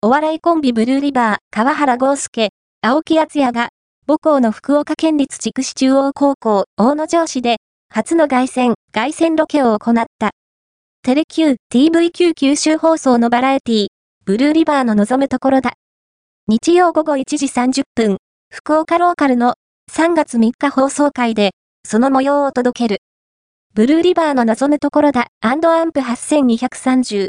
お笑いコンビブルーリバー、川原豪介、青木敦也が、母校の福岡県立筑紫中央高校、大野城市で、初の凱旋ロケを行った。テレ Q、TVQ 九州放送のバラエティ、ブルーリバーの望むところだ。日曜午後1時30分、福岡ローカルの3月3日放送回で、その模様を届ける。ブルーリバーの望むところだ、&アンプ8230。